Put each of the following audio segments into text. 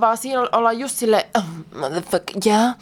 vaan siinä ollaan just silleen, motherfucker, yeah.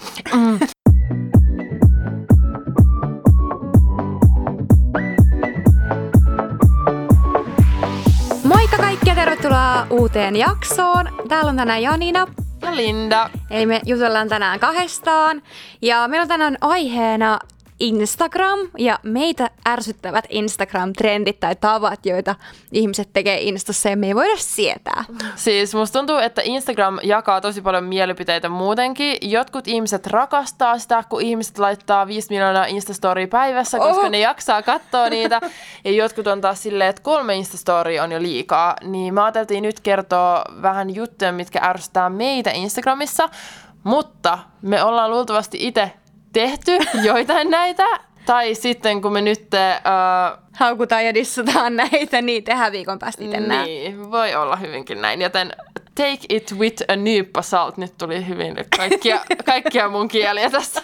Moikka kaikki ja tervetuloa uuteen jaksoon. Täällä on tänään Janina Ja Linda. Eli me jutellaan tänään kahdestaan. Ja meillä on tänään aiheena Instagram ja meitä ärsyttävät Instagram-trendit tai tavat, joita ihmiset tekee Instassa ja me ei voida sietää. Siis musta tuntuu, että Instagram jakaa tosi paljon mielipiteitä muutenkin. Jotkut ihmiset rakastaa sitä, kun ihmiset laittaa 5 miljoonaa Instastoria päivässä, koska ne jaksaa katsoa niitä. Ja jotkut on taas silleen, että 3 Instastoria on jo liikaa. Niin me ajateltiin nyt kertoa vähän juttuja, mitkä ärsyttää meitä Instagramissa. Mutta me ollaan luultavasti itse tehty joitain näitä, tai sitten kun me nyt haukutaan ja dissutaan näitä, niin tehdään viikon päästä itse nää. Niin, voi olla hyvinkin näin, joten take it with a nyyppä salt. Nyt tuli hyvin kaikkia mun kieliä tässä.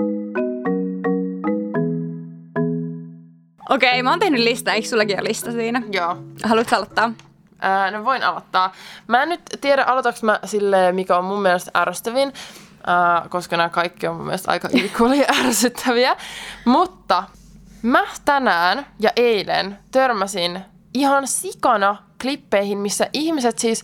Okei, mä oon tehnyt listaa, eikö sullakin ole lista siinä? Joo. Haluatko aloittaa? No voin aloittaa. Mä en nyt tiedä, aloitaks mä silleen, mikä on mun mielestä ärsyttävin, koska nämä kaikki on mun mielestä aika equally ärsyttäviä. Mutta mä tänään ja eilen törmäsin ihan sikana klippeihin, missä ihmiset siis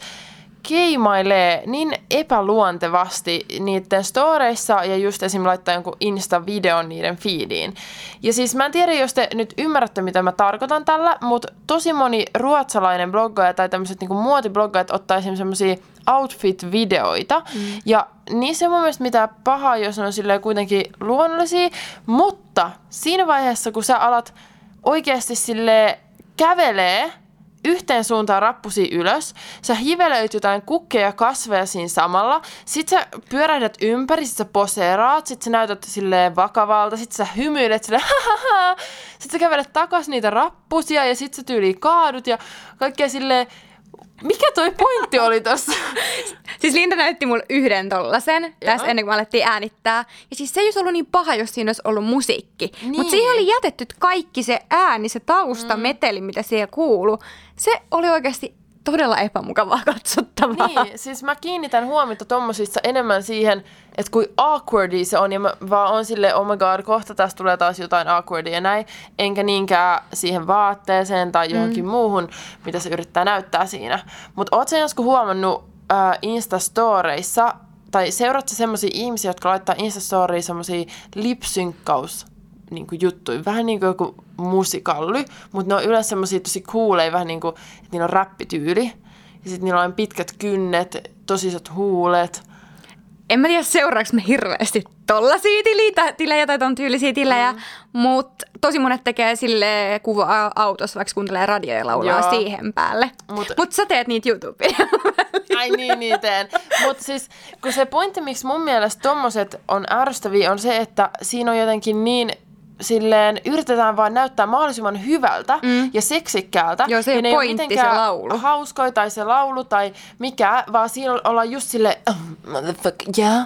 keimailee niin epäluontevasti niiden storeissa ja just esimerkiksi laittaa jonkun Insta-videon niiden feediin. Ja siis mä en tiedä, jos te nyt ymmärrätte, mitä mä tarkoitan tällä, mutta tosi moni ruotsalainen bloggaaja tai tämmöiset niinku muotibloggajat ottaa esimerkiksi semmosia outfit-videoita. Ja niissä ei mun mielestä mitään pahaa, jos ne on silleen kuitenkin luonnollisia, mutta siinä vaiheessa, kun sä alat oikeasti silleen kävelee yhteen suuntaan rappusi ylös, sä hivelöit jotain kukkeja ja kasveja siinä samalla, sit sä pyörähdät ympäri, sit sä poseeraat, sit sä näytät silleen vakavalta, sit sä hymyilet silleen hahaha, sit sä kävelet takas niitä rappusia ja sit sä tyyliin kaadut ja kaikkea silleen, mikä toi pointti oli tossa? Siis Linda näytti mulle yhden tollasen tässä ennen kuin me alettiin äänittää. Ja siis se ei olisi ollut niin paha, jos siinä olisi ollut musiikki. Niin. Mutta siihen oli jätetty kaikki se ääni, se taustameteli, mitä siellä kuului. Se oli oikeasti todella epämukavaa katsottavaa. Niin, siis mä kiinnitän huomiota tommosissa enemmän siihen, että kuin awkwardia se on. Ja mä vaan on silleen, oh my god, kohta tästä tulee taas jotain awkwardia ja näin. Enkä niinkään siihen vaatteeseen tai johonkin muuhun, mitä se yrittää näyttää siinä. Mutta oot sä joskus huomannut Instastoreissa, tai seuraat sä semmosia ihmisiä, jotka laittaa Instastoriin semmosia lipsynkkaus niinku juttuja, vähän niin kuin joku musikalli, mutta ne on yleensä semmosia tosi cooleja, vähän niin kuin, että niillä on räppityyli. Ja sitten niillä on pitkät kynnet, tosi isot huulet. En mä tiedä, seuraaks me hirveästi tollasia tilejä tai ton tyylisiä tilejä, mutta tosi monet tekee sille kuvaa autossa, vaikka kuuntelee radioa ja laulaa siihen päälle. Mut sä teet niitä YouTube-videoita. Ai niin teen. Mutta siis, kun se pointti, miksi mun mielestä tommoset on ärsyttäviä, on se, että siinä on jotenkin niin silleen yritetään vaan näyttää mahdollisimman hyvältä ja seksikkäältä. Joo, se ja ei pointti se laulu. Hauskoja tai se laulu tai mikä, vaan siinä ollaan just silleen, motherfucker, yeah,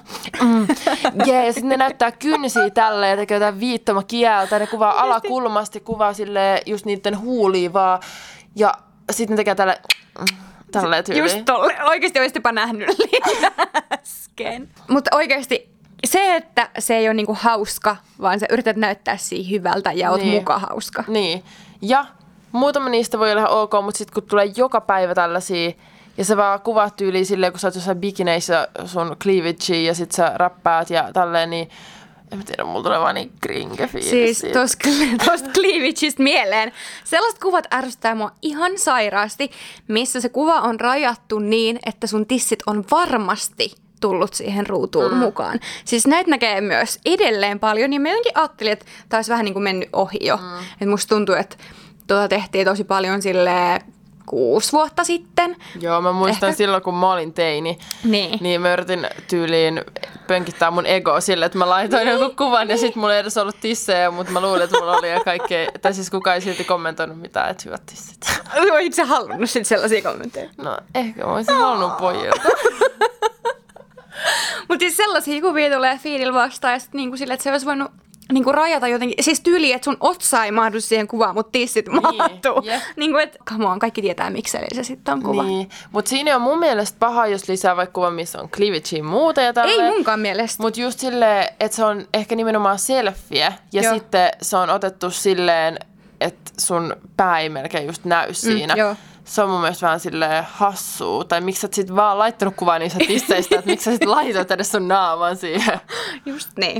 yeah. Ja sitten ne näyttää kynsiä tälleen ja tekee jotain viittomakieltä. Ne kuvaa alakulmasti, kuvaa silleen just niiden huulia vaan. Ja sitten ne tekee tälleen tyyliin. Just tolle. Oikeasti olisit jopa nähnyt äsken. Mutta oikeasti se, että se ei ole niinku hauska, vaan sä yrität näyttää siihen hyvältä ja oot muka hauska. Niin. Ja muutama niistä voi olla ihan ok, mutta sitten kun tulee joka päivä tällaisia, ja sä vaan kuvaat tyyliin silleen, kun sä oot jossain bikineissä sun cleavagea ja sit sä räppäät ja tälleen, niin en mä tiedä, mulla tulee vaan niin gringe fiilis. Siis tosta cleavageista mieleen. Sellaiset kuvat ärsyttää mua ihan sairaasti, missä se kuva on rajattu niin, että sun tissit on varmasti tullut siihen ruutuun mukaan. Siis näitä näkee myös edelleen paljon, ja mä jotenkin ajattelin, että tämä olisi vähän niin kuin mennyt ohi jo. Että musta tuntuu, että tehtiin tosi paljon silleen 6 vuotta sitten. Joo, mä muistan silloin, kun mä olin teini, niin mä yritin tyyliin pönkittää mun egoa sille, että mä laitoin joku kuvan ja sit mulla ei edes ollut tissejä, mutta mä luulin, että mulla oli ja kaikkea. Tai siis kukaan ei silti kommentoinut mitään, että hyvät tissit. Olit sä halunnut sit sellaisia kommentteja? No ehkä mä olisin halunnut pojilta. Mutta siis sellaisia kuvia tulee feedillä vastaan ja sit niinku sille, että se olisi voinut niinku rajata jotenkin, siis tyyli, että sun otsa ei mahdu siihen kuvaan, mutta tissit mahtuu. Jep. Niinku, että come on, kaikki tietää, mikseli se sitten on kuva. Niin, mutta siinä on mun mielestä paha, jos lisää vaikka kuva, missä on cleavagea muuta ja tälleen. Ei munkaan mielestä. Mutta just silleen, että se on ehkä nimenomaan selfie ja Joo. sitten se on otettu silleen, että sun pää ei melkein just näy siinä. joo. Se on mun mielestä vähän silleen hassua. Tai miksi sä et sit vaan laittanut kuvaa niistä tisseistä, että miksi sä sit laitat edes sun naaman siihen. Just niin.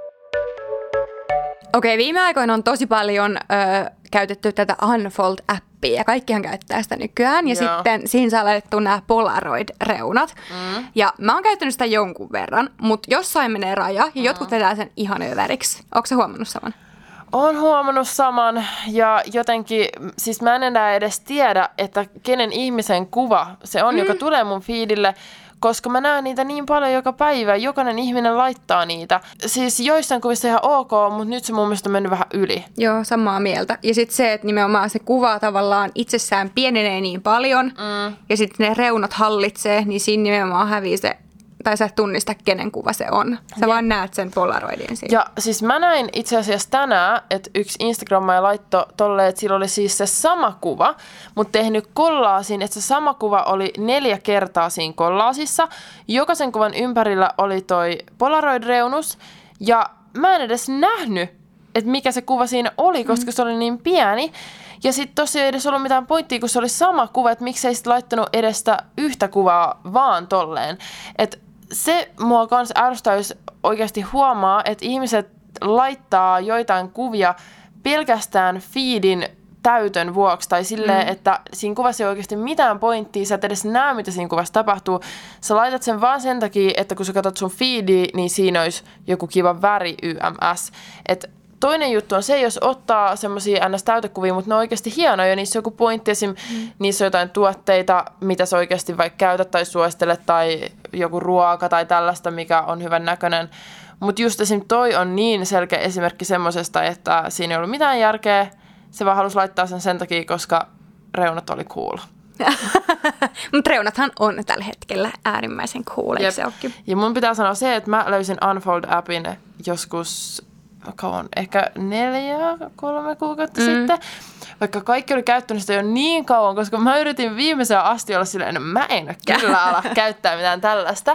Okei, viime aikoina on tosi paljon käytetty tätä Unfold-appia ja kaikkihan käyttää sitä nykyään. Ja Joo. sitten siinä saa laitettu nämä Polaroid-reunat. Ja mä oon käyttänyt sitä jonkun verran, mutta jossain menee raja ja jotkut vetää sen ihan överiksi. Ootko sä huomannut saman? Oon huomannut saman ja jotenkin, siis mä en enää edes tiedä, että kenen ihmisen kuva se on, joka tulee mun feedille, koska mä näen niitä niin paljon joka päivä. Jokainen ihminen laittaa niitä. Siis joissain kuvissa ihan ok, mutta nyt se mun mielestä on mennyt vähän yli. Joo, samaa mieltä. Ja sitten se, että nimenomaan se kuva tavallaan itsessään pienenee niin paljon ja sitten ne reunat hallitsee, niin siinä nimenomaan hävii se, tai sä et tunnista, kenen kuva se on. Sä vaan näet sen Polaroidin siinä. Ja siis mä näin itse asiassa tänään, että yksi Instagrammaja laittoi tolleen, että sillä oli siis se sama kuva, mutta tehnyt kollaasin, että se sama kuva oli 4 kertaa siinä kollaasissa. Jokaisen kuvan ympärillä oli toi Polaroid-reunus ja mä en edes nähnyt, että mikä se kuva siinä oli, koska se oli niin pieni. Ja sitten tosiaan ei edes ollut mitään pointtia, kun se oli sama kuva, että miksei sitten laittanut edestä yhtä kuvaa vaan tolleen. Että se mua kans ärsyttää, jos oikeasti huomaa, että ihmiset laittaa joitain kuvia pelkästään feedin täytön vuoksi tai silleen, että siinä kuvassa ei oikeasti mitään pointtia, sä et edes näe, mitä siinä kuvassa tapahtuu. Sä laitat sen vaan sen takia, että kun sä katsot sun feedia, niin siinä olisi joku kiva väri YMS. Että toinen juttu on se, jos ottaa semmoisia ns-täytekuvia, mutta ne on oikeasti hienoja ja niissä on joku pointti, esim. Niissä on jotain tuotteita, mitä sä oikeasti vaikka käytät tai suosittelet, tai joku ruoka tai tällaista, mikä on hyvän näköinen. Mutta just esim. Toi on niin selkeä esimerkki semmosesta, että siinä ei ollut mitään järkeä. Se vaan halusi laittaa sen takia, koska reunat oli cool. Mutta reunathan on tällä hetkellä äärimmäisen cool, eikö se olekin? Ja mun pitää sanoa se, että mä löysin Unfold-appin joskus kauan, ehkä 3 kuukautta sitten. Vaikka kaikki oli käyttänyt sitä jo niin kauan, koska mä yritin viimeiseen asti olla silleen, no mä en kyllä ala käyttää mitään tällaista.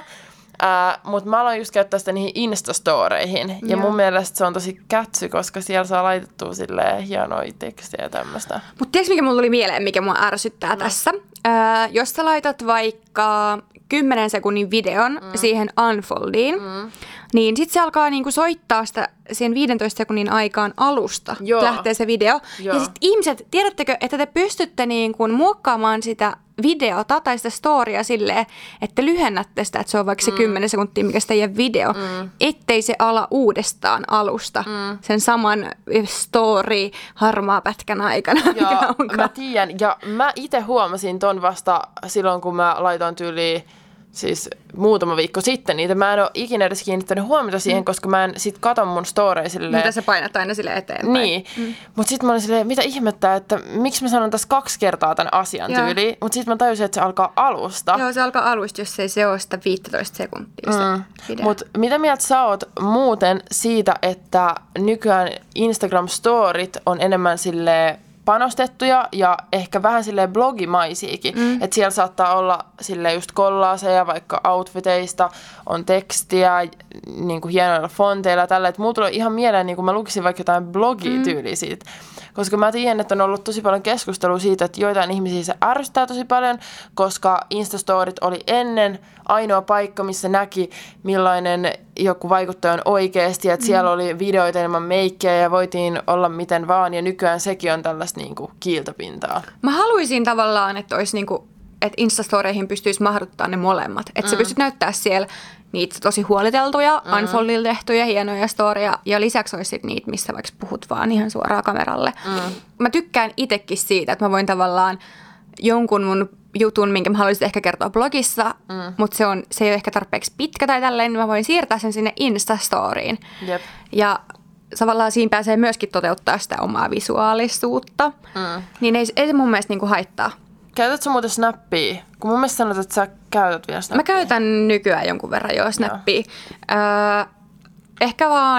Mutta mä aloin just käyttää sitä niihin Instastoreihin. Ja mun mielestä se on tosi kätsy, koska siellä saa laitettua silleen hienoja tekstejä ja tämmöistä. Mutta tiedätkö, mikä mulla tuli mieleen, mikä mua ärsyttää tässä? Jos sä laitat vaikka 10 sekunnin videon siihen Unfoldiin, niin sit se alkaa niinku soittaa sitä siihen 15 sekunnin aikaan alusta, lähtee se video. Joo. Ja sit ihmiset, tiedättekö, että te pystytte niinku muokkaamaan sitä videota tai sitä storya silleen, että lyhennätte sitä, että se on vaikka se 10 sekuntia, mikä se teidän video, ettei se ala uudestaan alusta sen saman story harmaa pätkän aikana, mikä onkaan. Mä tiedän. Ja mä itse huomasin ton vasta silloin, kun mä laitoin tyyliin siis muutama viikko sitten niitä. Mä en ole ikinä edes kiinnittänyt huomiota siihen, koska mä en sit katon mun storeja silleen. Mitä sä painat aina sille eteenpäin. Niin. Mutta sitten mä olin silleen, mitä ihmettä, että miksi mä sanon tässä 2 kertaa tämän asian tyyliin. Mutta sitten mä tajusin, että se alkaa alusta. Joo, se alkaa alusta, jos ei se ole sitä 15 sekuntia se video. Mutta mitä mieltä sä oot muuten siitä, että nykyään Instagram-storit on enemmän silleen panostettuja ja ehkä vähän silleen blogimaisiakin. Että siellä saattaa olla silleen just kollaaseja, vaikka outfiteista, on tekstiä, niin kuin hienoilla fonteilla ja tällä. Että mulla tulee ihan mieleen, niin kuin mä lukisin vaikka jotain blogityyliä siitä. Koska mä tiedän, että on ollut tosi paljon keskustelua siitä, että joitain ihmisiä se ärsyttää tosi paljon, koska Instastorit oli ennen ainoa paikka, missä näki, millainen joku vaikuttaja on oikeasti. Että siellä oli videoita ilman meikkejä ja voitiin olla miten vaan. Ja nykyään sekin on tällaista niin kuin kiiltopintaa. Mä haluaisin tavallaan, että olisi niinku, että Instastoreihin pystyisi mahduttaa ne molemmat. Että sä pystyt näyttää siellä niitä tosi huoliteltuja, Unfoldilla tehtyjä, hienoja storia. Ja lisäksi olisi niitä, missä vaikka puhut vaan ihan suoraan kameralle. Mä tykkään itsekin siitä, että mä voin tavallaan jonkun mun jutun, minkä mä haluaisin ehkä kertoa blogissa, mutta se ei ole ehkä tarpeeksi pitkä tai tälleen, niin mä voin siirtää sen sinne Instastoriin. Jep. Ja tavallaan siinä pääsee myöskin toteuttaa sitä omaa visuaalisuutta. Niin ei se mun mielestä niinku haittaa. Käytät sä muuten Snappia? Kun mun mielestä sanot, että sä käytät vielä Snappia. Mä käytän nykyään jonkun verran jo Snappia. Ehkä vaan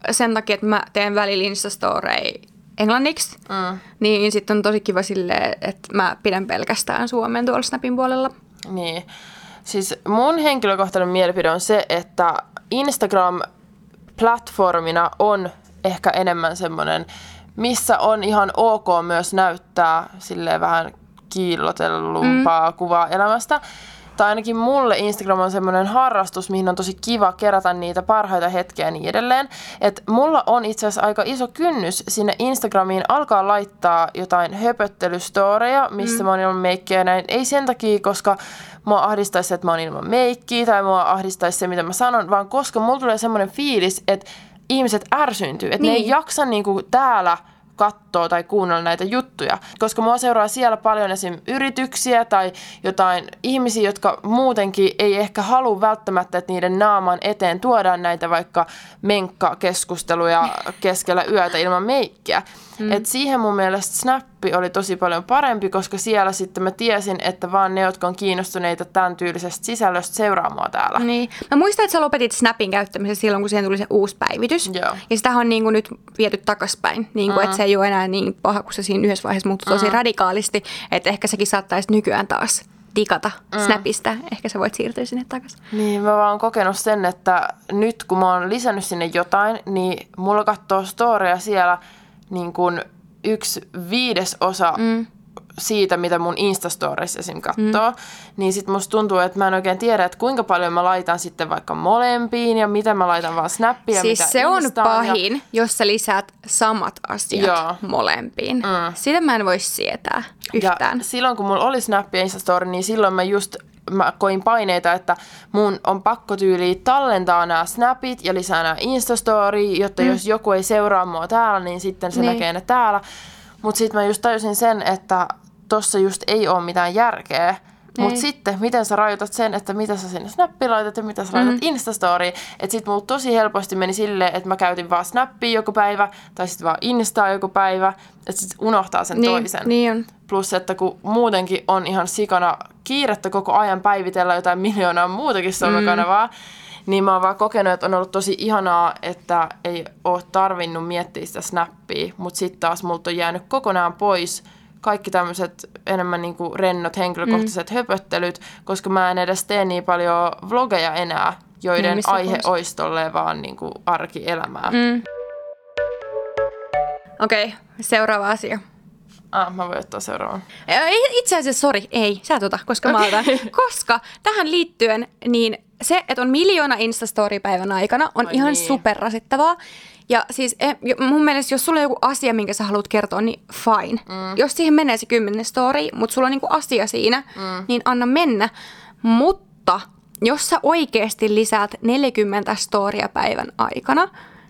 sen takia, että mä teen välillä Instastoreja englanniksi, niin sitten on tosi kiva silleen, että mä pidän pelkästään suomen tuolla Snapin puolella. Niin. Siis mun henkilökohtainen mielipide on se, että Instagram-platformina on ehkä enemmän semmoinen, missä on ihan ok myös näyttää silleen vähän kiillotellumpaa kuvaa elämästä. Tai ainakin mulle Instagram on semmoinen harrastus, mihin on tosi kiva kerätä niitä parhaita hetkiä ja niin edelleen. Että mulla on itse asiassa aika iso kynnys sinne Instagramiin alkaa laittaa jotain höpöttelystoreja, missä mä oon ilman meikkiä ja näin. Ei sen takia, koska mua ahdistaisi se, että mä oon ilman meikkiä tai mua ahdistaisi se, mitä mä sanon, vaan koska mulla tulee semmoinen fiilis, että ihmiset ärsyntyy. Että ne ei jaksa niinku täällä katsoa tai kuunnella näitä juttuja. Koska mua seuraa siellä paljon esim. Yrityksiä tai jotain ihmisiä, jotka muutenkin ei ehkä halua välttämättä, että niiden naaman eteen tuodaan näitä vaikka menkkakeskusteluja keskellä yötä ilman meikkiä. Et siihen mun mielestä Snappi oli tosi paljon parempi, koska siellä sitten mä tiesin, että vaan ne, jotka on kiinnostuneita tämän tyylisestä sisällöstä, seuraa mua täällä. Niin. Mä muistan, että sä lopetit Snapin käyttämisen silloin, kun siihen tuli se uusi päivitys. Joo. Ja sitä on niin kuin nyt viety takaspäin. Niin kuin, että se ei ole enää niin paha, kun se siinä yhdessä vaiheessa muuttui tosi radikaalisti. Että ehkä säkin saattaisi nykyään taas digata Snapista. Ehkä sä voit siirtyä sinne takaisin. Niin, mä vaan kokenut sen, että nyt kun mä oon lisännyt sinne jotain, niin mulla katsoo storia siellä niin kuin 1/5 siitä, mitä mun Instastories esim. Kattoo, niin sit musta tuntuu, että mä en oikein tiedä, että kuinka paljon mä laitan sitten vaikka molempiin ja mitä mä laitan vaan Snappia, siis mitä se on Instaan. pahin, jos sä lisäät samat asiat molempiin. Sitä mä en voi sietää yhtään. Ja silloin, kun mulla oli Snap ja Instastory, niin silloin mä koin paineita, että mun on pakko tyyliin tallentaa nämä Snapit ja lisää nämä Instastory, jotta jos joku ei seuraa mua täällä, niin sitten se näkee ne täällä. Mutta sitten mä just tajusin sen, että tossa just ei ole mitään järkeä. Mutta sitten, miten sä rajoitat sen, että mitä sä sinne Snappiin laitat ja mitä sä laitat Instastoryin. Että sit mulla tosi helposti meni silleen, että mä käytin vaan Snappia joku päivä tai sitten vaan Instaa joku päivä. Että sit unohtaa sen toisen. Niin on. Plus, että kun muutenkin on ihan sikana kiirettä koko ajan päivitellä jotain miljoonaa muutakin somekanavaa, niin mä oon vaan kokenut, että on ollut tosi ihanaa, että ei ole tarvinnut miettiä sitä Snappia, mutta sitten taas multa on jäänyt kokonaan pois kaikki tämmöiset enemmän niinku rennot henkilökohtaiset höpöttelyt, koska mä en edes tee niin paljon vlogeja enää, joiden aihe olisi tolleen vaan niinku arkielämää. Okei, seuraava asia. Mä voin ottaa seuraavan. Itse asiassa, sä koska mä otan. Koska tähän liittyen, niin se, että on 1 miljoona Instastory-päivän aikana, on ihan superrasittavaa. Ja siis mun mielestä, jos sulla on joku asia, minkä sä haluat kertoa, niin fine. Jos siihen menee se 10 story, mutta sulla on niinku asia siinä, niin anna mennä. Mutta jos sä oikeasti lisäät 40 storya päivän aikana,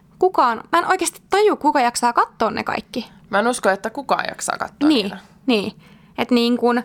mä en oikeasti taju, kuka jaksaa katsoa ne kaikki. Mä en usko, että kukaan jaksaa katsoa niitä. Niin, että niin kun,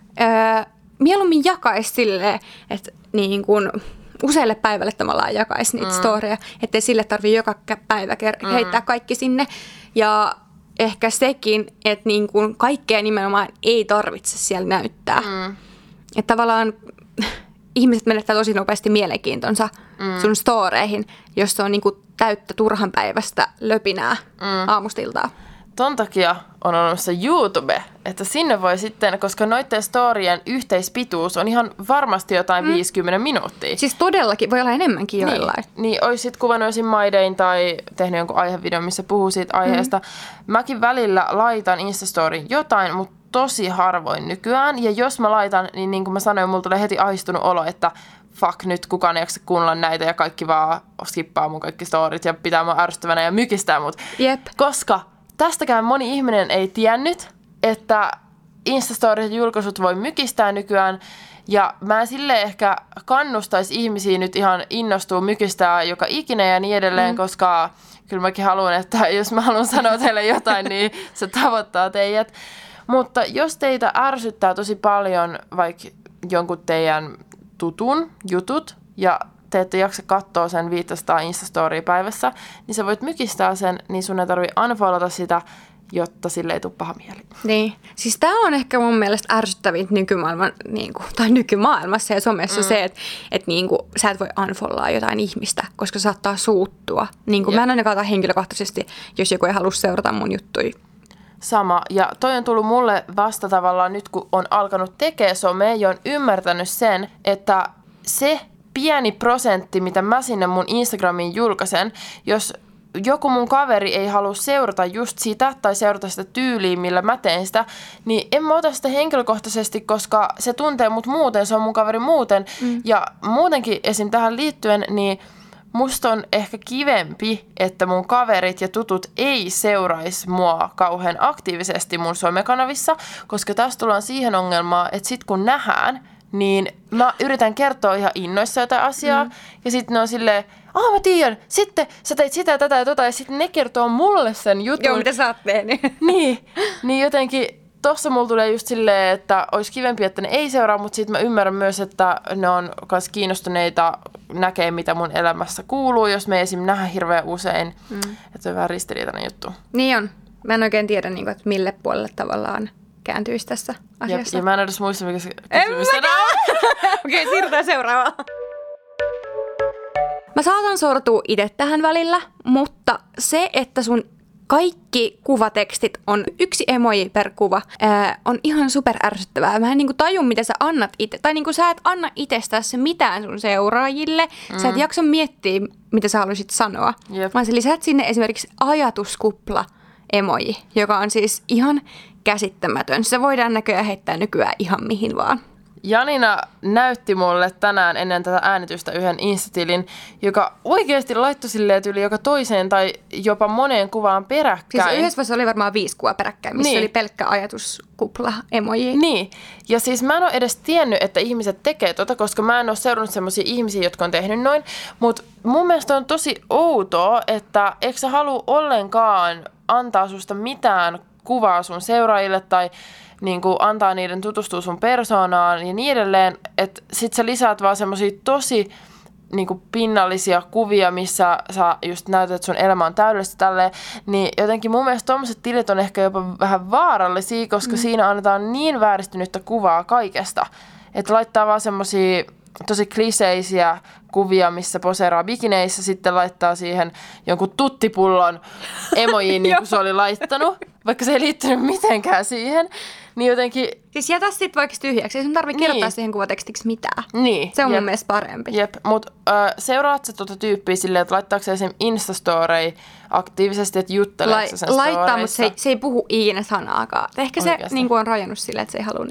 mieluummin jakaisi silleen, että niin kun usealle päivälle tavallaan jakaisi niitä storeja, ettei sille tarvitse joka päivä heittää kaikki sinne. Ja ehkä sekin, että niin kun kaikkea nimenomaan ei tarvitse siellä näyttää. Että tavallaan ihmiset menettää tosi nopeasti mielenkiintonsa sun storeihin, jos se on niin kun täyttä turhanpäiväistä löpinää aamustiltaa. Ton takia on olemassa YouTube, että sinne voi sitten, koska noitten storien yhteispituus on ihan varmasti jotain 50 minuuttia. Siis todellakin, voi olla enemmänkin joillain. Niin oisit kuvannut esim. Maidein tai tehnyt jonkun aihevideon, missä puhuu siitä aiheesta. Mäkin välillä laitan Instastoryin jotain, mutta tosi harvoin nykyään. Ja jos mä laitan, niin kuin mä sanoin, mulla tulee heti ahdistunut olo, että fuck, nyt kukaan ei jaksa kuunnella näitä ja kaikki vaan skippaa mun kaikki storit ja pitää mua ärsyttävänä ja mykistää mut. Jep. Koska tästäkään moni ihminen ei tiennyt, että Instastorit ja julkaisut voi mykistää nykyään. Ja mä en silleen ehkä kannustaisi ihmisiä nyt ihan innostua mykistää joka ikinä ja niin edelleen, koska kyllä mäkin haluan, että jos mä haluan sanoa teille jotain, niin se tavoittaa teidät. Mutta jos teitä ärsyttää tosi paljon vaikka jonkun teidän tutun jutut ja te ette jaksa katsoa sen 500 Instastoria päivässä, niin sä voit mykistää sen, niin sun ei tarvitse unfollowta sitä jotta sille ei tule paha mieli. Niin. Siis tää on ehkä mun mielestä ärsyttävintä nykymaailmassa ja somessa se, että sä et voi unfollaa jotain ihmistä, koska se saattaa suuttua. Mä en ainakaan henkilökohtaisesti, jos joku ei halua seurata mun juttuja. Sama. Ja toi on tullut mulle vasta tavallaan nyt, kun on alkanut tekemään somea ja on ymmärtänyt sen, että se pieni prosentti, mitä mä sinne mun Instagramiin julkaisen, jos joku mun kaveri ei halua seurata just sitä tai seurata sitä tyyliä, millä mä teen sitä, niin en mä ota sitä henkilökohtaisesti, koska se tuntee mut muuten, se on mun kaveri muuten. Ja muutenkin esim. Tähän liittyen, niin musta on ehkä kivempi, että mun kaverit ja tutut ei seuraisi mua kauhean aktiivisesti mun somekanavissa, koska tässä tullaan siihen ongelmaan, että sit kun nähdään, niin mä yritän kertoa ihan innoissa jotain asiaa, ja sitten ne on silleen, mä tiedän, sitten sä teit sitä, tätä ja tota, ja sitten ne kertoo mulle sen jutun. Joo, mitä sä oot tehnyt. Niin jotenkin tossa mulla tulee just silleen, että olisi kivempi, että ne ei seuraa, mutta sitten mä ymmärrän myös, että ne on myös kiinnostuneita näkee, mitä mun elämässä kuuluu, jos me esim. Nähdään hirveän usein. Että se on vähän ristiriitainen juttu. Niin on. Mä en oikein tiedä, että mille puolelle tavallaan kääntyisi tässä asiassa. Ja mä en edes muista, mikä se kysymys on. Okei, siirrytään seuraavaan. Mä saatan sortua itse tähän välillä, mutta se, että sun kaikki kuvatekstit on yksi emoji per kuva, on ihan super ärsyttävää. Mä en taju, mitä sä annat itse. Tai sä et anna itsestäsi mitään sun seuraajille. Sä et jaksa miettiä, mitä sä haluaisit sanoa. Vaan sä lisät sinne esimerkiksi ajatuskupla emoji, joka on siis ihan käsittämätön. Se voidaan näköjään heittää nykyään ihan mihin vaan. Janina näytti mulle tänään ennen tätä äänitystä yhden Insta-tilin, joka oikeasti laittoi silleen yli joka toiseen tai jopa moneen kuvaan peräkkäin. Siis yhdessä vaiheessa oli varmaan 5 kuvaa peräkkäin, missä oli pelkkä ajatuskupla emoji. Niin. Ja siis mä en ole edes tiennyt, että ihmiset tekee koska mä en ole seurannut semmoisia ihmisiä, jotka on tehnyt noin. Mutta mun mielestä on tosi outoa, että eikö sä halua ollenkaan antaa susta mitään kuvaa sun seuraajille tai antaa niiden tutustua sun persoonaan ja niin edelleen, että sit sä lisäät vaan semmosia tosi pinnallisia kuvia, missä sä just näytät, että sun elämä on täydellistä tälleen, niin jotenkin mun mielestä tommoset tilit on ehkä jopa vähän vaarallisia, koska siinä annetaan niin vääristynyttä kuvaa kaikesta, että laittaa vaan semmosia tosi kliseisiä kuvia, missä poseeraa bikineissä, sitten laittaa siihen jonkun tuttipullon emojiin, niin kuin se oli laittanut, vaikka se ei liittynyt mitenkään siihen. Niin jotenkin... Siis jätä sit vaikka tyhjäksi, ei sun tarvitse kirjoittaa siihen kuvatekstiksi mitään. Niin. Se on mun mielestä parempi. Jep, mutta seuraat sä tuota tyyppiä silleen, että laittaako se esimerkiksi Instastorei aktiivisesti, että jutteleeko se sen storeissa? Laittaa, mutta se ei puhu ikinä sanaakaan. Ehkä se on rajannut silleen, että se ei halua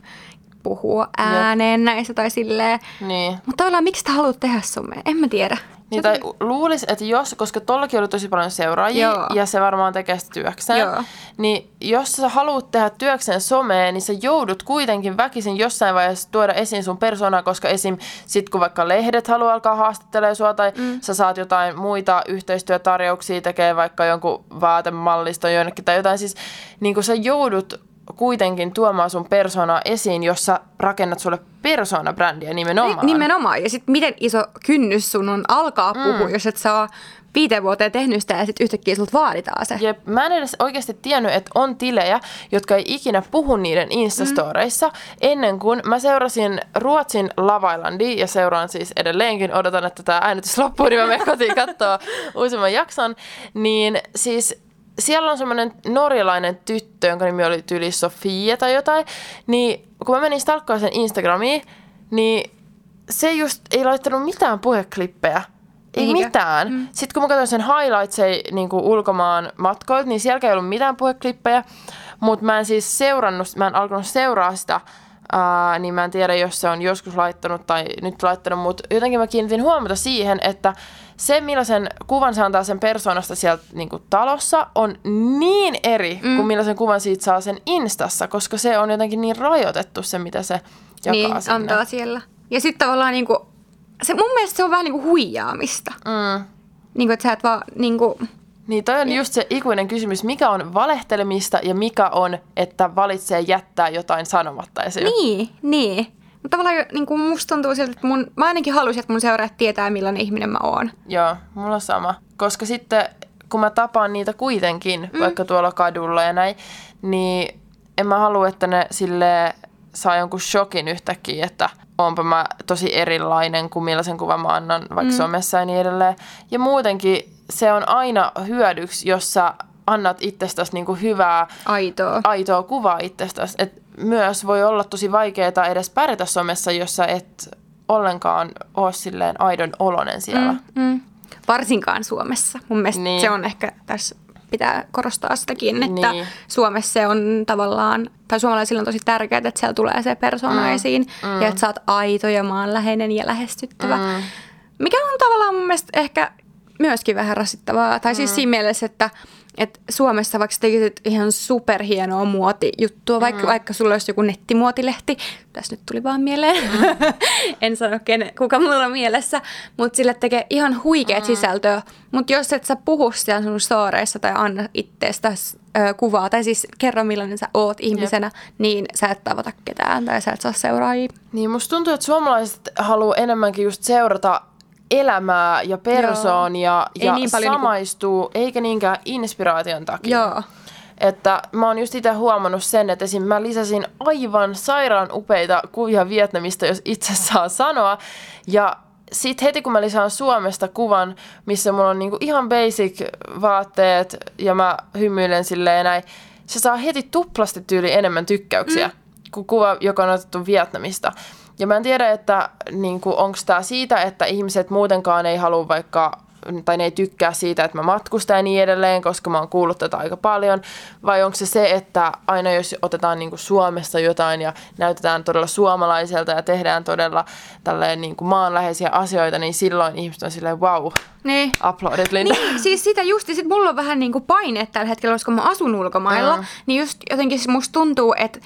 puhua ääneen näistä tai silleen. Niin. Mutta tavallaan miksi sä haluat tehdä somea? En mä tiedä. Niin, tai luulisi, että koska tollakin oli tosi paljon seuraajia ja se varmaan tekee sitä työkseen, niin jos sä haluat tehdä työkseen somea, niin sä joudut kuitenkin väkisin jossain vaiheessa tuoda esiin sun persoonaa, koska esim. Sit kun vaikka lehdet haluaa alkaa haastattelemaan sua tai sä saat jotain muita yhteistyötarjouksia, tekee vaikka jonkun vaatemalliston jonnekin tai jotain, siis niin kun sä joudut kuitenkin tuomaan sun persoonaa esiin, jos sä rakennat sulle persoona-brändiä nimenomaan. Nimenomaan. Ja sitten miten iso kynnys sun on alkaa puhua, jos et saa 5 vuoteen tehnyt sitä ja sitten yhtäkkiä sulta vaaditaan se. Jep, mä en edes oikeasti tiennyt, että on tilejä, jotka ei ikinä puhu niiden Instastoreissa ennen kuin mä seurasin Ruotsin Love Islandia ja seuraan siis edelleenkin, odotan, että tämä äänitys loppuu, niin mä menen kotiin katsoa uusimman jakson, niin siis siellä on semmoinen norjalainen tyttö, jonka nimi oli tyyli Sofia tai jotain, niin kun mä menin stalkkaamaan sen Instagramiin, niin se just ei laittanut mitään puheklippejä. Ei mitään. Sitten kun mä katsoin sen highlightseja niin ulkomaan matkoilta, niin sielläkään ei ollut mitään puheklippejä, mutta mä en siis mä en alkanut seuraa sitä, niin mä en tiedä, jos se on joskus laittanut tai nyt laittanut, mutta jotenkin mä kiinnitin huomiota siihen, että se, millaisen kuvan se antaa sen persoonasta sieltä niin kuin talossa, on niin eri kuin millaisen kuvan siitä saa sen Instassa, koska se on jotenkin niin rajoitettu se, mitä se jakaa niin, sinne. Antaa siellä. Ja sitten tavallaan niinku, mun mielestä se on vähän niinku huijaamista. Niinku, että sä et vaan niinku... Niin toi on just se ikuinen kysymys, mikä on valehtelemista ja mikä on, että valitsee jättää jotain sanomatta esiin. Niin. Mutta tavallaan niin musta tuntuu siltä, että mä ainakin haluaisin, että mun seuraajat tietää, millainen ihminen mä oon. Joo, mulla on sama. Koska sitten, kun mä tapaan niitä kuitenkin, vaikka tuolla kadulla ja näin, niin en mä halua, että ne silleen saa jonkun shokin yhtäkkiä, että oonpa mä tosi erilainen kuin millaisen kuvan mä annan vaikka somessa ja niin edelleen. Ja muutenkin se on aina hyödyksi, jos sä annat itsestäsi niinku hyvää, aitoa kuvaa itsestäsi. Et myös voi olla tosi vaikeaa edes pärjätä somessa, jos sä et ollenkaan ole silleen aidon oloinen siellä. Varsinkaan Suomessa. Mun mielestä se on ehkä tässä pitää korostaa sitäkin, että Suomessa se on tavallaan, tai suomalaisilla on tosi tärkeää, että siellä tulee se persoona esiin ja että sä oot aito ja maanläheinen ja lähestyttävä. Mikä on tavallaan mun mielestä ehkä myöskin vähän rasittavaa. Tai siis siinä mielessä, että Suomessa vaikka tekisit ihan superhienoa muotijuttua, vaikka sulla olisi joku nettimuotilehti, tässä nyt tuli vaan mieleen, en sano kuka mulla on mielessä, mutta sille tekee ihan huikeat sisältöä, mutta jos et sä puhu siellä sun storeissa tai anna itsestäsi kuvaa, tai siis kerro millainen sä oot ihmisenä, niin sä et tavata ketään tai sä et saa seuraajia. Niin musta tuntuu, että suomalaiset haluaa enemmänkin just seurata elämää ja persoonia ja niin samaistuu, eikä niinkään inspiraation takia. Joo. Että mä oon just itse huomannut sen, että esim. Mä lisäsin aivan sairaan upeita kuvia Vietnamista, jos itse saa sanoa. Ja sit heti kun mä lisään Suomesta kuvan, missä mulla on niinku ihan basic vaatteet ja mä hymyilen silleen näin, se saa heti tuplasti tyyli enemmän tykkäyksiä kuin kuva, joka on otettu Vietnamista. Ja mä en tiedä, että niin onko tämä siitä, että ihmiset muutenkaan ei halua vaikka, tai ne ei tykkää siitä, että mä matkustan ja niin edelleen, koska mä oon kuullut tätä aika paljon. Vai onko se, että aina jos otetaan niin Suomessa jotain ja näytetään todella suomalaiselta ja tehdään todella tälleen niin maanläheisiä asioita, niin silloin ihmiset on silleen wow, aplodit Linda. Niin, siis sitä just, ja sit mulla on vähän niin kuin paineet tällä hetkellä, koska mä asun ulkomailla, niin just jotenkin musta tuntuu, että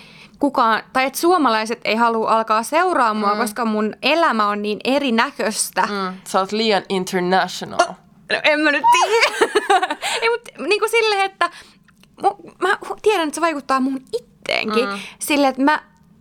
että suomalaiset ei halua alkaa seuraa mua, koska mun elämä on niin erinäköistä. Sä oot liian international. No en mä nyt tiedä. Ei, mutta niin kuin silleen, että mä tiedän, että se vaikuttaa mun itteenkin. Silleen, että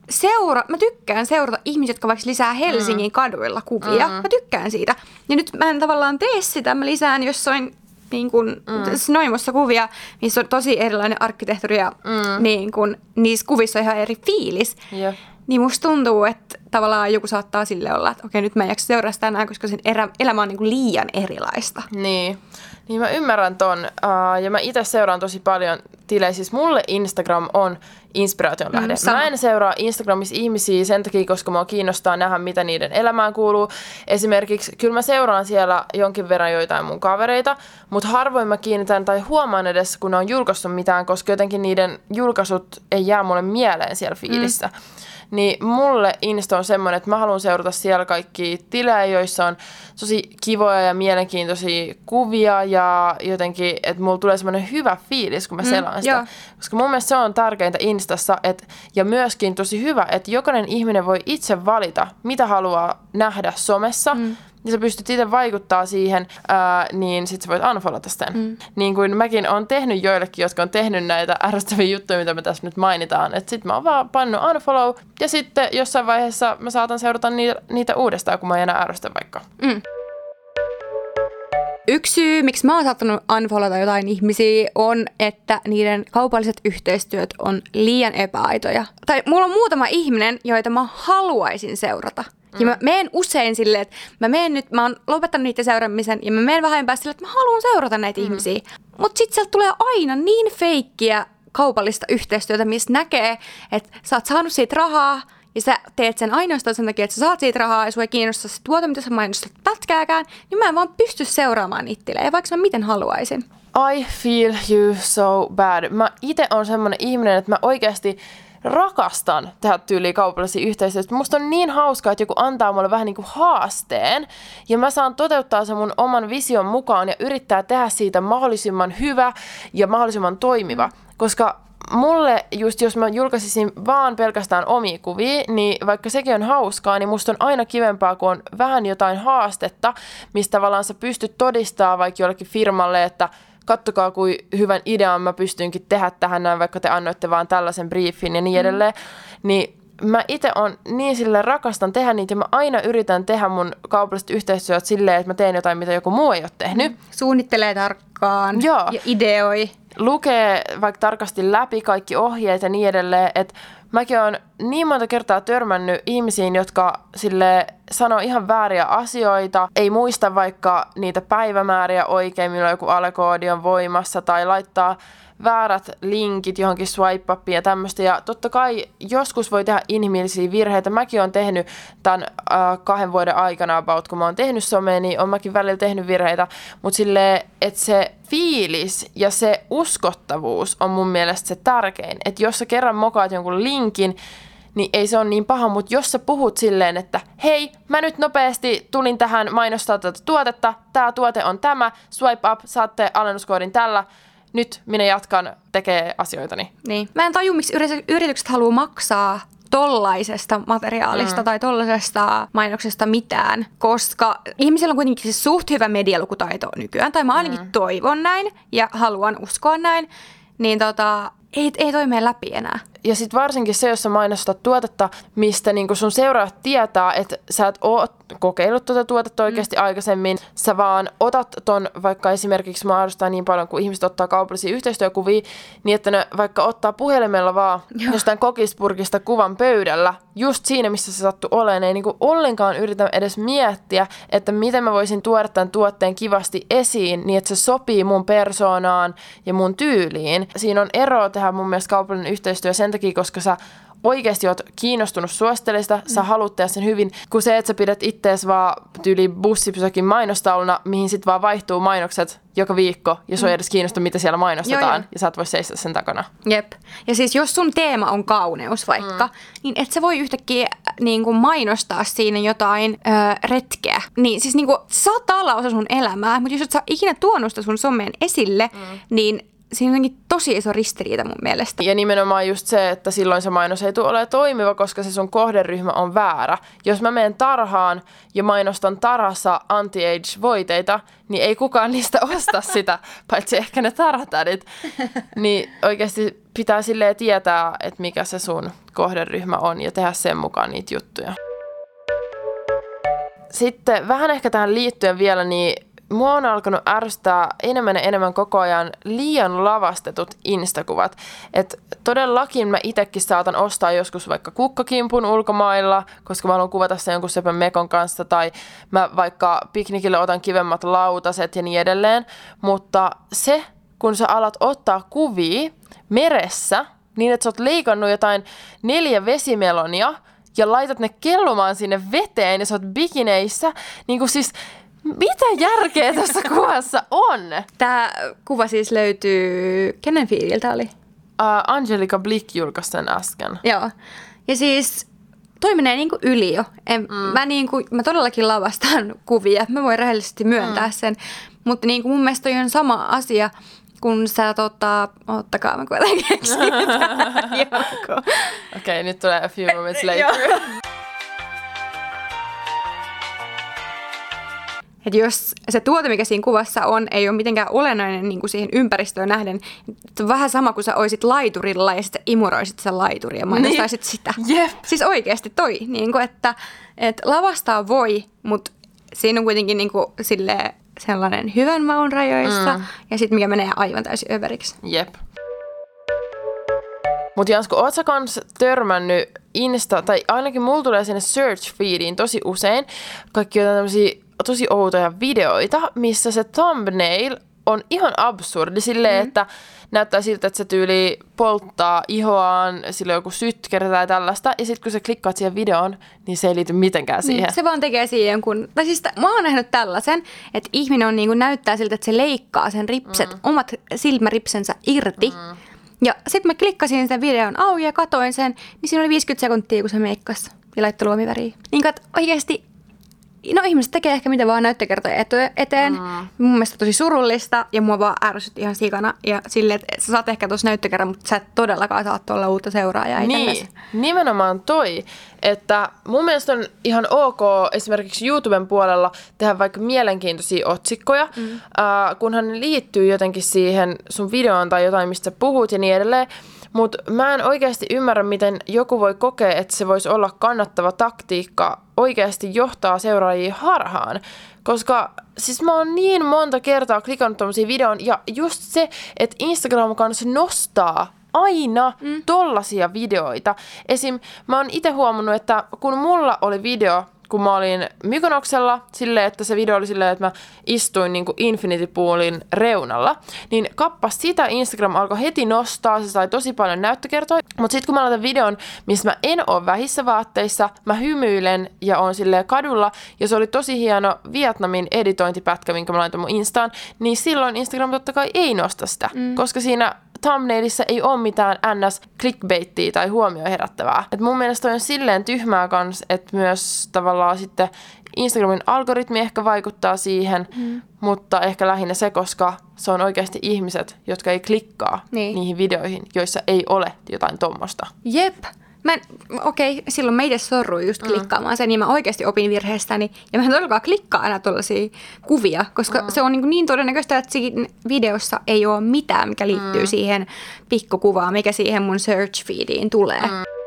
mä tykkään seurata ihmisiä, jotka vaikka lisää Helsingin kaduilla kuvia. Mä tykkään siitä. Ja nyt mä en tavallaan tee sitä. Mä lisään jossain niin kuin Snoimossa kuvia, missä on tosi erilainen arkkitehtuuri ja niin kuin, niissä kuvissa on ihan eri fiilis. Yeah. Niin musta tuntuu, että tavallaan joku saattaa sille olla, että okei, nyt mä en jaksa seuraa sitä enää, koska sen elämä on niin kuin liian erilaista. Niin mä ymmärrän ton. Ja mä itse seuraan tosi paljon tilejä. Siis mulle Instagram on inspiraation lähde. Mä en seuraa Instagramissa ihmisiä sen takia, koska mua kiinnostaa nähdä, mitä niiden elämään kuuluu. Esimerkiksi kyllä mä seuraan siellä jonkin verran joitain mun kavereita, mutta harvoin mä kiinnitän tai huomaan edes, kun ne on julkaissut mitään, koska jotenkin niiden julkaisut ei jää mulle mieleen siellä fiilissä. Niin mulle Insta on semmoinen, että mä haluan seurata siellä kaikkia tilejä, joissa on tosi kivoja ja mielenkiintoisia kuvia ja jotenkin, että mulla tulee semmoinen hyvä fiilis, kun mä selaan sitä. Koska mun mielestä se on tärkeintä Instassa ja myöskin tosi hyvä, että jokainen ihminen voi itse valita, mitä haluaa nähdä somessa. Ja sä pystyt itse vaikuttaa siihen, niin sit sä voit unfollowta sen. Niin kuin mäkin on tehnyt joillekin, jotka on tehnyt näitä ärsyttäviä juttuja, mitä me tässä nyt mainitaan. Että sit mä oon vaan pannut unfollow ja sitten jossain vaiheessa mä saatan seurata niitä uudestaan, kun mä en enää ärsytä vaikka. Yksi syy, miksi mä oon saattanut unfollowta jotain ihmisiä, on, että niiden kaupalliset yhteistyöt on liian epäaitoja. Tai mulla on muutama ihminen, joita mä haluaisin seurata. Ja mä menen usein silleen, että mä oon lopettanut niiden seuraamisen ja mä menen vähän päästä silleen, että mä haluan seurata näitä ihmisiä. Mutta sit sieltä tulee aina niin feikkiä kaupallista yhteistyötä, missä näkee, että sä oot saanut siitä rahaa ja sä teet sen ainoastaan sen takia, että sä saat siitä rahaa ja sua ei kiinnosta se tuote, mitä sä mainostat pätkääkään, niin mä en vaan pysty seuraamaan niitä tilejä, vaikka mä miten haluaisin. I feel you so bad. Mä ite on semmonen ihminen, että mä oikeasti rakastan tehdä tyyliä kaupallisia yhteistyötä. Musta on niin hauskaa, että joku antaa mulle vähän niin kuin haasteen ja mä saan toteuttaa sen mun oman vision mukaan ja yrittää tehdä siitä mahdollisimman hyvä ja mahdollisimman toimiva. Koska mulle just jos mä julkaisisin vaan pelkästään omia kuvia, niin vaikka sekin on hauskaa, niin musta on aina kivempaa, kun on vähän jotain haastetta, mistä tavallaan sä pystyt todistamaan vaikka jollekin firmalle, että kattokaa, kuin hyvän idean mä pystynkin tehdä tähän näin, vaikka te annoitte vaan tällaisen briefin ja niin edelleen. Niin mä itse on niin sille rakastan tehdä niitä ja mä aina yritän tehdä mun kaupalliset yhteistyöt silleen, että mä teen jotain, mitä joku muu ei ole tehnyt. Suunnittelee tarkkaan ja ideoi. Lukee vaikka tarkasti läpi kaikki ohjeet ja niin edelleen, että mäkin olen niin monta kertaa törmännyt ihmisiin, jotka sille sanoo ihan vääriä asioita, ei muista vaikka niitä päivämääriä oikein, milloin joku alekoodi on voimassa, tai laittaa väärät linkit johonkin swipe-appiin ja tämmöistä. Ja totta kai joskus voi tehdä inhimillisiä virheitä. Mäkin olen tehnyt tämän 2 vuoden aikana about, kun mä oon tehnyt somea, niin oon mäkin välillä tehnyt virheitä. Mutta silleen, että se fiilis ja se uskottavuus on mun mielestä se tärkein. Että jos sä kerran mokaat jonkun linkin, niin ei se ole niin paha, mutta jos sä puhut silleen, että hei, mä nyt nopeasti tulin tähän mainostaa tätä tuotetta, tää tuote on tämä, swipe up, saatte alennuskoodin tällä, nyt minä jatkan tekee asioitani. Niin. Mä en tajua, miksi yritykset haluaa maksaa tollaisesta materiaalista tai tollaisesta mainoksesta mitään, koska ihmisillä on kuitenkin siis suht hyvä medialukutaito nykyään, tai mä ainakin toivon näin ja haluan uskoa näin, niin ei toi mene läpi enää. Ja sitten varsinkin se, jos sä mainostat tuotetta, mistä niinku sun seuraajat tietää, että sä et oo kokeillut tuota tuotetta oikeasti aikaisemmin. Sä vaan otat ton, vaikka esimerkiksi mä arvostan niin paljon, kun ihmiset ottaa kaupallisia yhteistyökuvia, niin että ne vaikka ottaa puhelimella vaan jostain kokispurkista kuvan pöydällä, just siinä, missä se sattuu olemaan. Ei niinku ollenkaan yritä edes miettiä, että miten mä voisin tuoda tämän tuotteen kivasti esiin, niin että se sopii mun persoonaan ja mun tyyliin. Siinä on ero tehdä mun mielestä kaupallinen yhteistyö sen takia, koska sä oikeasti oot kiinnostunut suosittelista, sä haluat tehdä sen hyvin, kun se, että sä pidät ittees vaan tyyli bussipysäkin mainostauluna, mihin sit vaan vaihtuu mainokset joka viikko, ja sua ei edes kiinnosta, mitä siellä mainostetaan, ja sä et voi seistä sen takana. Jep. Ja siis jos sun teema on kauneus vaikka, niin et sä voi yhtäkkiä niin kuin mainostaa siinä jotain retkeä. Niin siis niin kuin, se saattaa olla osa sun elämää, mutta jos et sä ikinä tuonut sitä sun someen esille, niin siinä on jotenkin tosi iso ristiriita mun mielestä. Ja nimenomaan just se, että silloin se mainos ei tule olemaan toimiva, koska se sun kohderyhmä on väärä. Jos mä menen tarhaan ja mainostan tarhassa anti-age-voiteita, niin ei kukaan niistä osta sitä, paitsi ehkä ne tarhatädit. Niin oikeasti pitää silleen tietää, että mikä se sun kohderyhmä on ja tehdä sen mukaan niitä juttuja. Sitten vähän ehkä tähän liittyen vielä, niin mua on alkanut ärsyttää enemmän ja enemmän koko ajan liian lavastetut instakuvat. Että todellakin mä itsekin saatan ostaa joskus vaikka kukkakimpun ulkomailla, koska mä haluan kuvata sen jonkun sepän mekon kanssa, tai mä vaikka piknikille otan kivemmat lautaset ja niin edelleen. Mutta se, kun sä alat ottaa kuvia meressä, niin että sä oot leikannut jotain 4 vesimelonia ja laitat ne kellumaan sinne veteen ja sä oot bikineissä, niin kuin siis mitä järkeä tässä kuvassa on? Tämä kuva siis löytyy, kenen fiililtä oli? Angelica Blick julkaisi sen äsken. Joo. Ja siis toi menee niinku yli jo. Mä todellakin lavastan kuvia. Mä voin rehellisesti myöntää sen. Mutta niinku mun mielestä toi on sama asia, kun sä ottakaa mä koetan keksiä. Okei, nyt tulee a few moments later. Että jos se tuote, mikä siinä kuvassa on, ei ole mitenkään olennainen niin kuin siihen ympäristöön nähden, se on vähän sama kuin sä oisit laiturilla ja sitten imuroisit sen laituria ja mainostaisit sitä. Jep. Siis oikeasti toi, niin kuin, että lavastaa voi, mutta siinä on kuitenkin niin kuin, sellainen hyvän maun rajoissa ja sitten mikä menee aivan täysin överiksi. Jep. Mutta Jansku, oot sä kans törmännyt Insta, tai ainakin mulla tulee sinne search feediin tosi usein kaikki jotain tämmösiä tosi outoja videoita, missä se thumbnail on ihan absurdi silleen, että näyttää siltä, että se tyyli polttaa ihoaan, sillä joku sytkerä tai tällaista, ja sitten kun sä klikkaat siihen videoon, niin se ei liity mitenkään siihen. Se vaan tekee siihen jonkun, tai siis mä oon nähnyt tällaisen, että ihminen on niin kuin näyttää siltä, että se leikkaa sen ripset, omat silmäripsensä irti, ja sitten mä klikkasin sen videon auki ja katoin sen, niin siinä oli 50 sekuntia, kun se meikkasi ja laittoi luomiväriä. Niin kuin, että oikeasti no ihmiset tekee ehkä mitä vaan näyttökertoja eteen. Mun mielestä tosi surullista ja mua vaan ärsytti ihan sikana. Ja silleen, että sä saat ehkä tuossa näyttökerran, mutta sä et todellakaan saa tuolla uutta seuraajaa. Niin, nimenomaan toi. Että mun mielestä on ihan ok esimerkiksi YouTuben puolella tehdä vaikka mielenkiintoisia otsikkoja, kunhan ne liittyy jotenkin siihen sun videoon tai jotain, mistä sä puhut ja niin edelleen. Mutta mä en oikeasti ymmärrä, miten joku voi kokea, että se voisi olla kannattava taktiikka oikeasti johtaa seuraajia harhaan. Koska siis mä oon niin monta kertaa klikannut tommosia videon ja just se, että Instagram kanssa nostaa aina tollasia videoita. Esim. Mä oon itse huomannut, että kun mulla oli video, kun mä olin Mykonoksella, silleen, että se video oli silleen, että mä istuin niin kuin Infinity Poolin reunalla, niin kappas sitä Instagram alkoi heti nostaa, se sai tosi paljon näyttökertoja. Mutta sitten kun mä laitan videon, missä mä en ole vähissä vaatteissa, mä hymyilen ja oon silleen kadulla, ja se oli tosi hieno Vietnamin editointipätkä, minkä mä laitan mun Instaan, niin silloin Instagram totta kai ei nosta sitä, koska siinä thumbnailissa ei ole mitään ns-clickbaittia tai huomioon herättävää. Et mun mielestä on silleen tyhmää kans, että myös tavallaan sitten Instagramin algoritmi ehkä vaikuttaa siihen, mutta ehkä lähinnä se, koska se on oikeasti ihmiset, jotka ei klikkaa niihin videoihin, joissa ei ole jotain tommosta. Jep. Silloin mä itse sorruin just klikkaamaan sen, niin mä oikeasti opin virheestäni. Ja mä en todellakaan klikkaa aina tuollaisia kuvia, koska se on niin todennäköistä, että siinä videossa ei ole mitään, mikä liittyy siihen pikkukuvaan, mikä siihen mun search feediin tulee.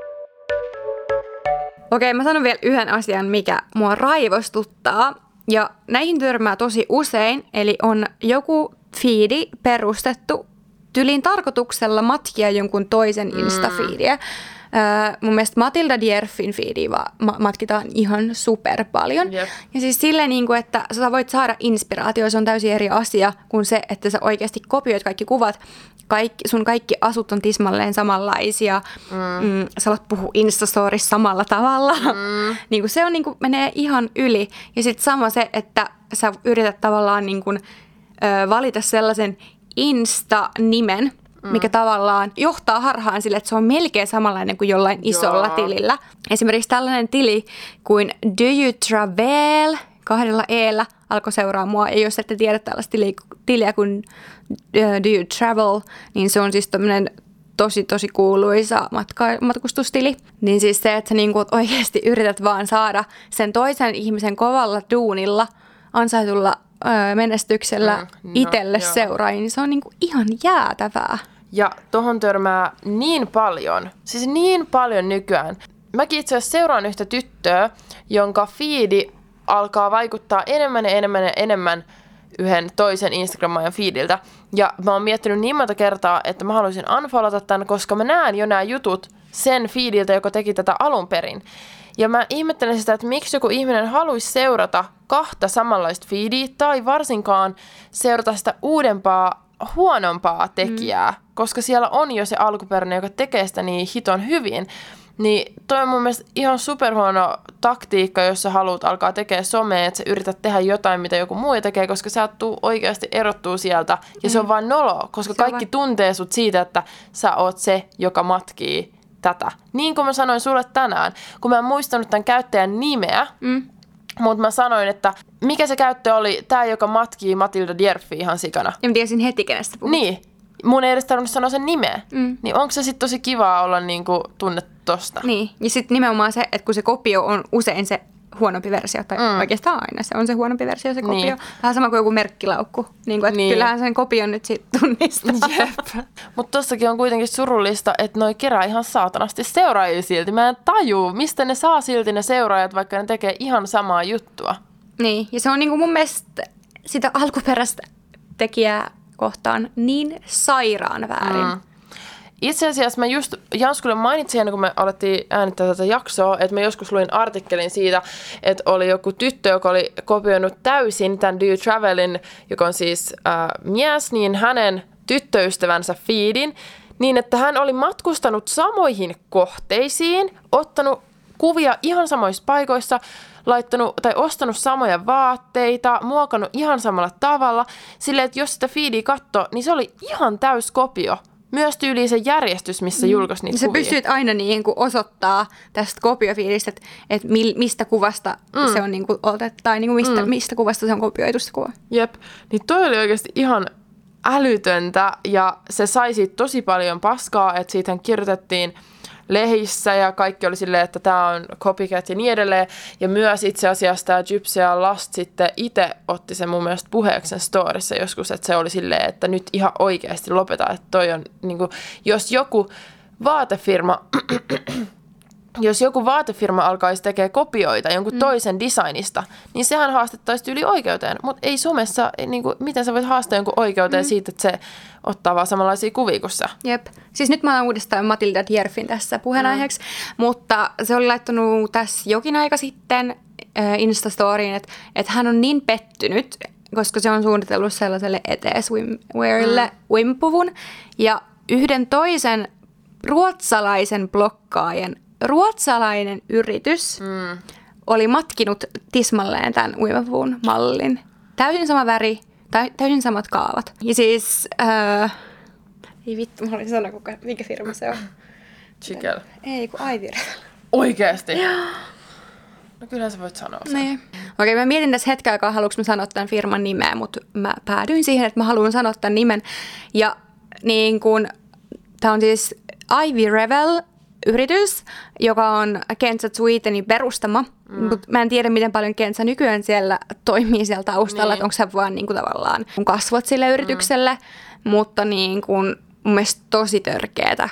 Okei, mä sanon vielä yhden asian, mikä mua raivostuttaa. Ja näihin törmää tosi usein, eli on joku feedi perustettu tyliin tarkoituksella matkia jonkun toisen Insta-feediä. Mun mielestä Matilda Djerfin feediä matkitaan ihan super paljon. Yep. Ja siis silleen, että sä voit saada inspiraatio, se on täysin eri asia kuin se, että sä oikeasti kopioit kaikki kuvat. Sun kaikki asut on tismalleen samanlaisia. Sä alat puhua Instastorissa samalla tavalla. Niin kuin se on, menee ihan yli. Ja sitten sama se, että sä yrität tavallaan valita sellaisen Insta-nimen, mikä tavallaan johtaa harhaan sille, että se on melkein samanlainen kuin jollain isolla tilillä. Esimerkiksi tällainen tili kuin Do You Travel 2 E:llä alkoi seuraa mua. Ja jos ette tiedä tällaista tiliä kuin Do You Travel, niin se on siis tämmöinen tosi kuuluisa matkustustili. Niin siis se, että sä oikeasti yrität vaan saada sen toisen ihmisen kovalla duunilla, ansaitulla menestyksellä itselle seuraajiin, niin se on ihan jäätävää. Ja tohon törmää niin paljon nykyään. Mäkin itse asiassa seuraan yhtä tyttöä, jonka feedi alkaa vaikuttaa enemmän yhden toisen Instagramajan feediltä. Ja mä oon miettinyt niin monta kertaa, että mä haluaisin unfollowata tämän, koska mä näen jo nämä jutut sen feediltä, joka teki tätä alun perin. Ja mä ihmettelen sitä, että miksi joku ihminen haluaisi seurata 2 samanlaista feedia tai varsinkaan seurata sitä uudempaa, huonompaa tekijää, koska siellä on jo se alkuperäinen, joka tekee sitä niin hiton hyvin. Niin toi on mun mielestä ihan superhuono taktiikka, jos sä haluat alkaa tekemään somea, että sä yrität tehdä jotain, mitä joku muu tekee, koska sä et tuu oikeasti erottuu sieltä. Ja se on vaan nolo, koska kaikki tuntee sut siitä, että sä oot se, joka matkii tätä. Niin kuin mä sanoin sulle tänään, kun mä en muistanut tämän käyttäjän nimeä, mutta mä sanoin, että mikä se käyttö oli, tää, joka matkii Matilda Djerfi ihan sikana. Ja mä tiesin heti, kenestä puhut. Niin. Mun ei edes tarvinnut sanoa sen nimeä. Niin onko se sitten tosi kivaa olla tunnettu tosta? Niin. Ja sitten nimenomaan se, että kun se kopio on usein se huonompi versio, tai oikeastaan aina se on se huonompi versio, se kopio. Niin. Vähän sama kuin joku merkkilaukku. Kyllähän sen kopion nyt sitten tunnistaa. Jep. Mutta tossakin on kuitenkin surullista, että noi kerää ihan saatanasti seuraajia silti. Mä en tajuu, mistä ne saa silti ne seuraajat, vaikka ne tekee ihan samaa juttua. Niin, ja se on mun mielestä sitä alkuperäistä tekijää kohtaan niin sairaan väärin. Itse asiassa mä just Janskulle mainitsin, kun me alettiin äänittää tätä jaksoa, että mä joskus luin artikkelin siitä, että oli joku tyttö, joka oli kopioinut täysin tämän Do You Travelin, joka on siis mies, niin hänen tyttöystävänsä feedin, niin että hän oli matkustanut samoihin kohteisiin, ottanut kuvia ihan samoissa paikoissa, laittanut tai ostanut samoja vaatteita, muokannut ihan samalla tavalla, silleen, että jos sitä feedia katsoo, niin se oli ihan täys kopio. Myös tyyliin se järjestys, missä julkaisi niitä kuvia. Sä pystyt aina osoittaa tästä kopiofiilistä, että mistä kuvasta se on otettu, tai mistä kuvasta se on kopioitu se kuva. Jep, niin toi oli oikeasti ihan älytöntä, ja se sai siitä tosi paljon paskaa, että siitähän kirjoitettiin lehissä ja kaikki oli silleen, että tämä on copycat ja niin edelleen. Ja myös itse asiassa tämä Gypsy ja Last sitten itse otti sen mun mielestä puheeksi sen storissa joskus, että se oli silleen, että nyt ihan oikeasti lopeta, että toi on niinku, jos joku vaatefirma alkaisi tekemään kopioita jonkun toisen designista, niin sehän haastettaisi yli oikeuteen. Mutta ei somessa, niinku, miten sä voit haastaa jonkun oikeuteen siitä, että se ottaa vaan samanlaisia kuvia kuin sä. Jep. Siis nyt mä olen uudestaan Matilda Djerfin tässä puheenaiheeksi, mutta se oli laittanut tässä jokin aika sitten Instastoriin, että hän on niin pettynyt, koska se on suunnitellut sellaiselle swimwearille Wimpuvun ja yhden toisen ruotsalaisen blokkaajan ruotsalainen yritys oli matkinut tismalleen tämän Wimpuvun mallin. Täysin sama väri, täysin samat kaavat. Ja siis, ei vittu, mä olin sanoa, mikä firma se on. Chikel. Ei, kun Ivy Rebel. Oikeesti? No kyllähän sä voit sanoa sen. Niin. Okei, mä mietin tässä hetken aikaa, haluanko mä sanoa tämän firman nimeä, mutta mä päädyin siihen, että mä haluan sanoa tämän nimen. Ja niin kun, tää on siis Ivy Rebel yritys, joka on Kenza Sweetenin perustama, mutta mä en tiedä, miten paljon Kenza nykyään siellä toimii siellä taustalla, että onko se vaan niin kuin tavallaan kasvot sille yritykselle, mutta niin kuin mun mielestä tosi törkeetä.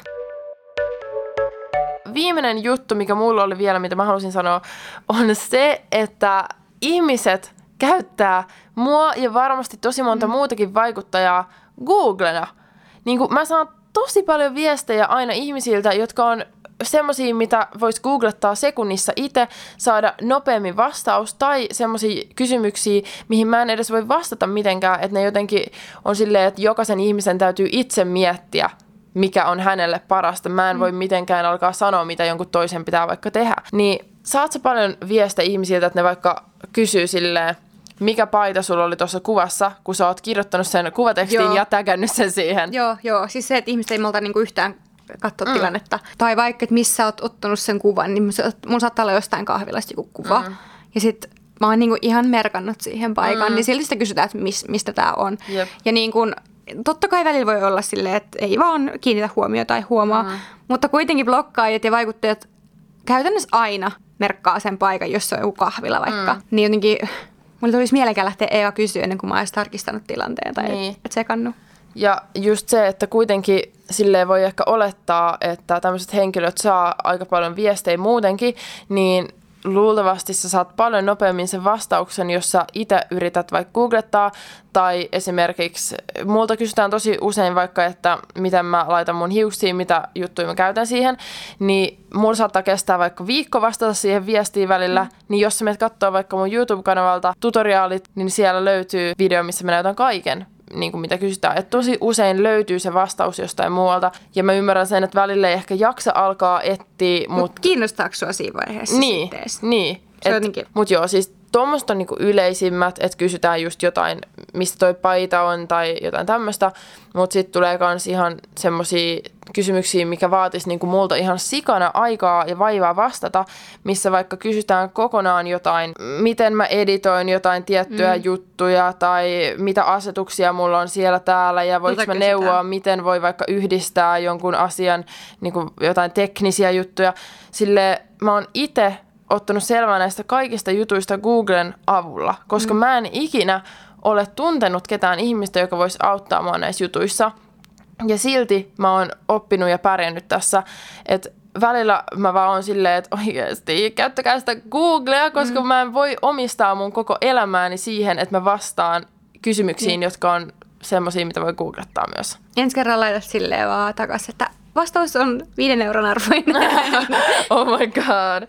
Viimeinen juttu, mikä mulla oli vielä, mitä mä halusin sanoa, on se, että ihmiset käyttää mua ja varmasti tosi monta muutakin vaikuttajaa Googlena. Niin kuin mä saan tosi paljon viestejä aina ihmisiltä, jotka on semmoisia, mitä voisi googlettaa sekunnissa itse, saada nopeammin vastaus, tai semmoisia kysymyksiä, mihin mä en edes voi vastata mitenkään, että ne jotenkin on silleen, että jokaisen ihmisen täytyy itse miettiä, mikä on hänelle parasta. Mä en voi mitenkään alkaa sanoa, mitä jonkun toisen pitää vaikka tehdä. Niin saat sä paljon viestejä ihmisiltä, että ne vaikka kysyy silleen, mikä paita sulla oli tuossa kuvassa, kun sä oot kirjoittanut sen kuvatekstiin ja tägännyt sen siihen. Joo. Siis se, että ihmiset ei multa niinku yhtään katsoa tilannetta. Tai vaikka, että missä oot ottanut sen kuvan, niin mun saattaa olla jostain kahvilasta joku kuva. Ja sit mä oon niinku ihan merkannut siihen paikkaan, niin silti sitä kysytään, että mistä tää on. Jep. Ja niin kun, totta kai välillä voi olla silleen, että ei vaan kiinnitä huomioon tai huomaa, mutta kuitenkin blokkaajat ja vaikuttajat käytännössä aina merkkaa sen paikan, jos se on joku kahvila vaikka. Niin jotenkin mulle tulisi mielenkiä lähteä eka kysyä ennen kuin mä olisin tarkistanut tilanteen tai niin. et sekannut. Ja just se, että kuitenkin silleen voi ehkä olettaa, että tämmöiset henkilöt saa aika paljon viestejä muutenkin, niin luultavasti sä saat paljon nopeammin sen vastauksen, jos sä itse yrität vaikka googlettaa, tai esimerkiksi multa kysytään tosi usein vaikka, että miten mä laitan mun hiuksiin, mitä juttuja mä käytän siihen, niin mulla saattaa kestää vaikka viikko vastata siihen viestiin välillä, niin jos sä menet katsoo vaikka mun YouTube-kanavalta tutoriaalit, niin siellä löytyy video, missä mä näytän kaiken, niin kuin mitä kysytään. Että tosi usein löytyy se vastaus jostain muualta. Ja mä ymmärrän sen, että välillä ei ehkä jaksa alkaa etsiä. Mutta kiinnostaako sua siinä vaiheessa Niin. Jotenkin. Mutta joo, siis tuommoista on niinku yleisimmät, että kysytään just jotain, mistä toi paita on tai jotain tämmöistä. Mutta sitten tulee myös ihan semmoisia kysymyksiä, mikä vaatisi niinku multa ihan sikana aikaa ja vaivaa vastata, missä vaikka kysytään kokonaan jotain, miten mä editoin jotain tiettyjä juttuja tai mitä asetuksia mulla on siellä täällä ja voiko mä neuvoa, miten voi vaikka yhdistää jonkun asian, niinku jotain teknisiä juttuja. Sille mä oon itse ottanut selvää näistä kaikista jutuista Googlen avulla, koska mä en ikinä ole tuntenut ketään ihmistä, joka voisi auttaa mua näissä jutuissa. Ja silti mä oon oppinut ja pärjännyt tässä, että välillä mä vaan oon silleen, että oikeasti käyttäkää sitä Googlea, koska mä en voi omistaa mun koko elämääni siihen, että mä vastaan kysymyksiin, jotka on semmosia, mitä voi googlettaa myös. Ensi kerran laita silleen vaan takaisin, että vastaus on 5 euron arvoinen. Oh my god.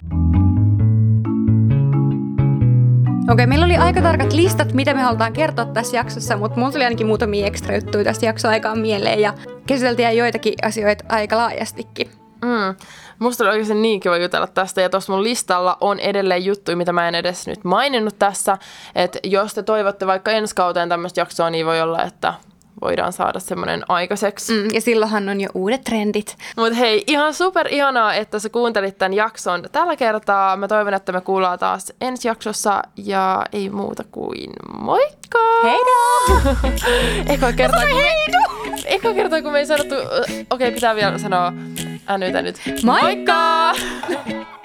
Okei, meillä oli aika tarkat listat, mitä me halutaan kertoa tässä jaksossa, mutta mulla tuli ainakin muutamia ekstra juttuja tästä jaksoaikaan mieleen ja käsiteltiin joitakin asioita aika laajastikin. Musta oli oikeasti niin kiva jutella tästä ja tuossa mun listalla on edelleen juttuja, mitä mä en edes nyt maininnut tässä. Että jos te toivotte vaikka ensi kauteen tämmöistä jaksoa, niin voi olla, että voidaan saada semmoinen aikaiseksi. Ja silloinhan on jo uudet trendit. Mutta hei, ihan super ihanaa, että sä kuuntelit tämän jakson tällä kertaa. Mä toivon, että me kuullaan taas ensi jaksossa ja ei muuta kuin moikka! Heidå! Eka kertaa, kun me ei sanottu... Okei, pitää vielä sanoa. änytä nyt. Moikka!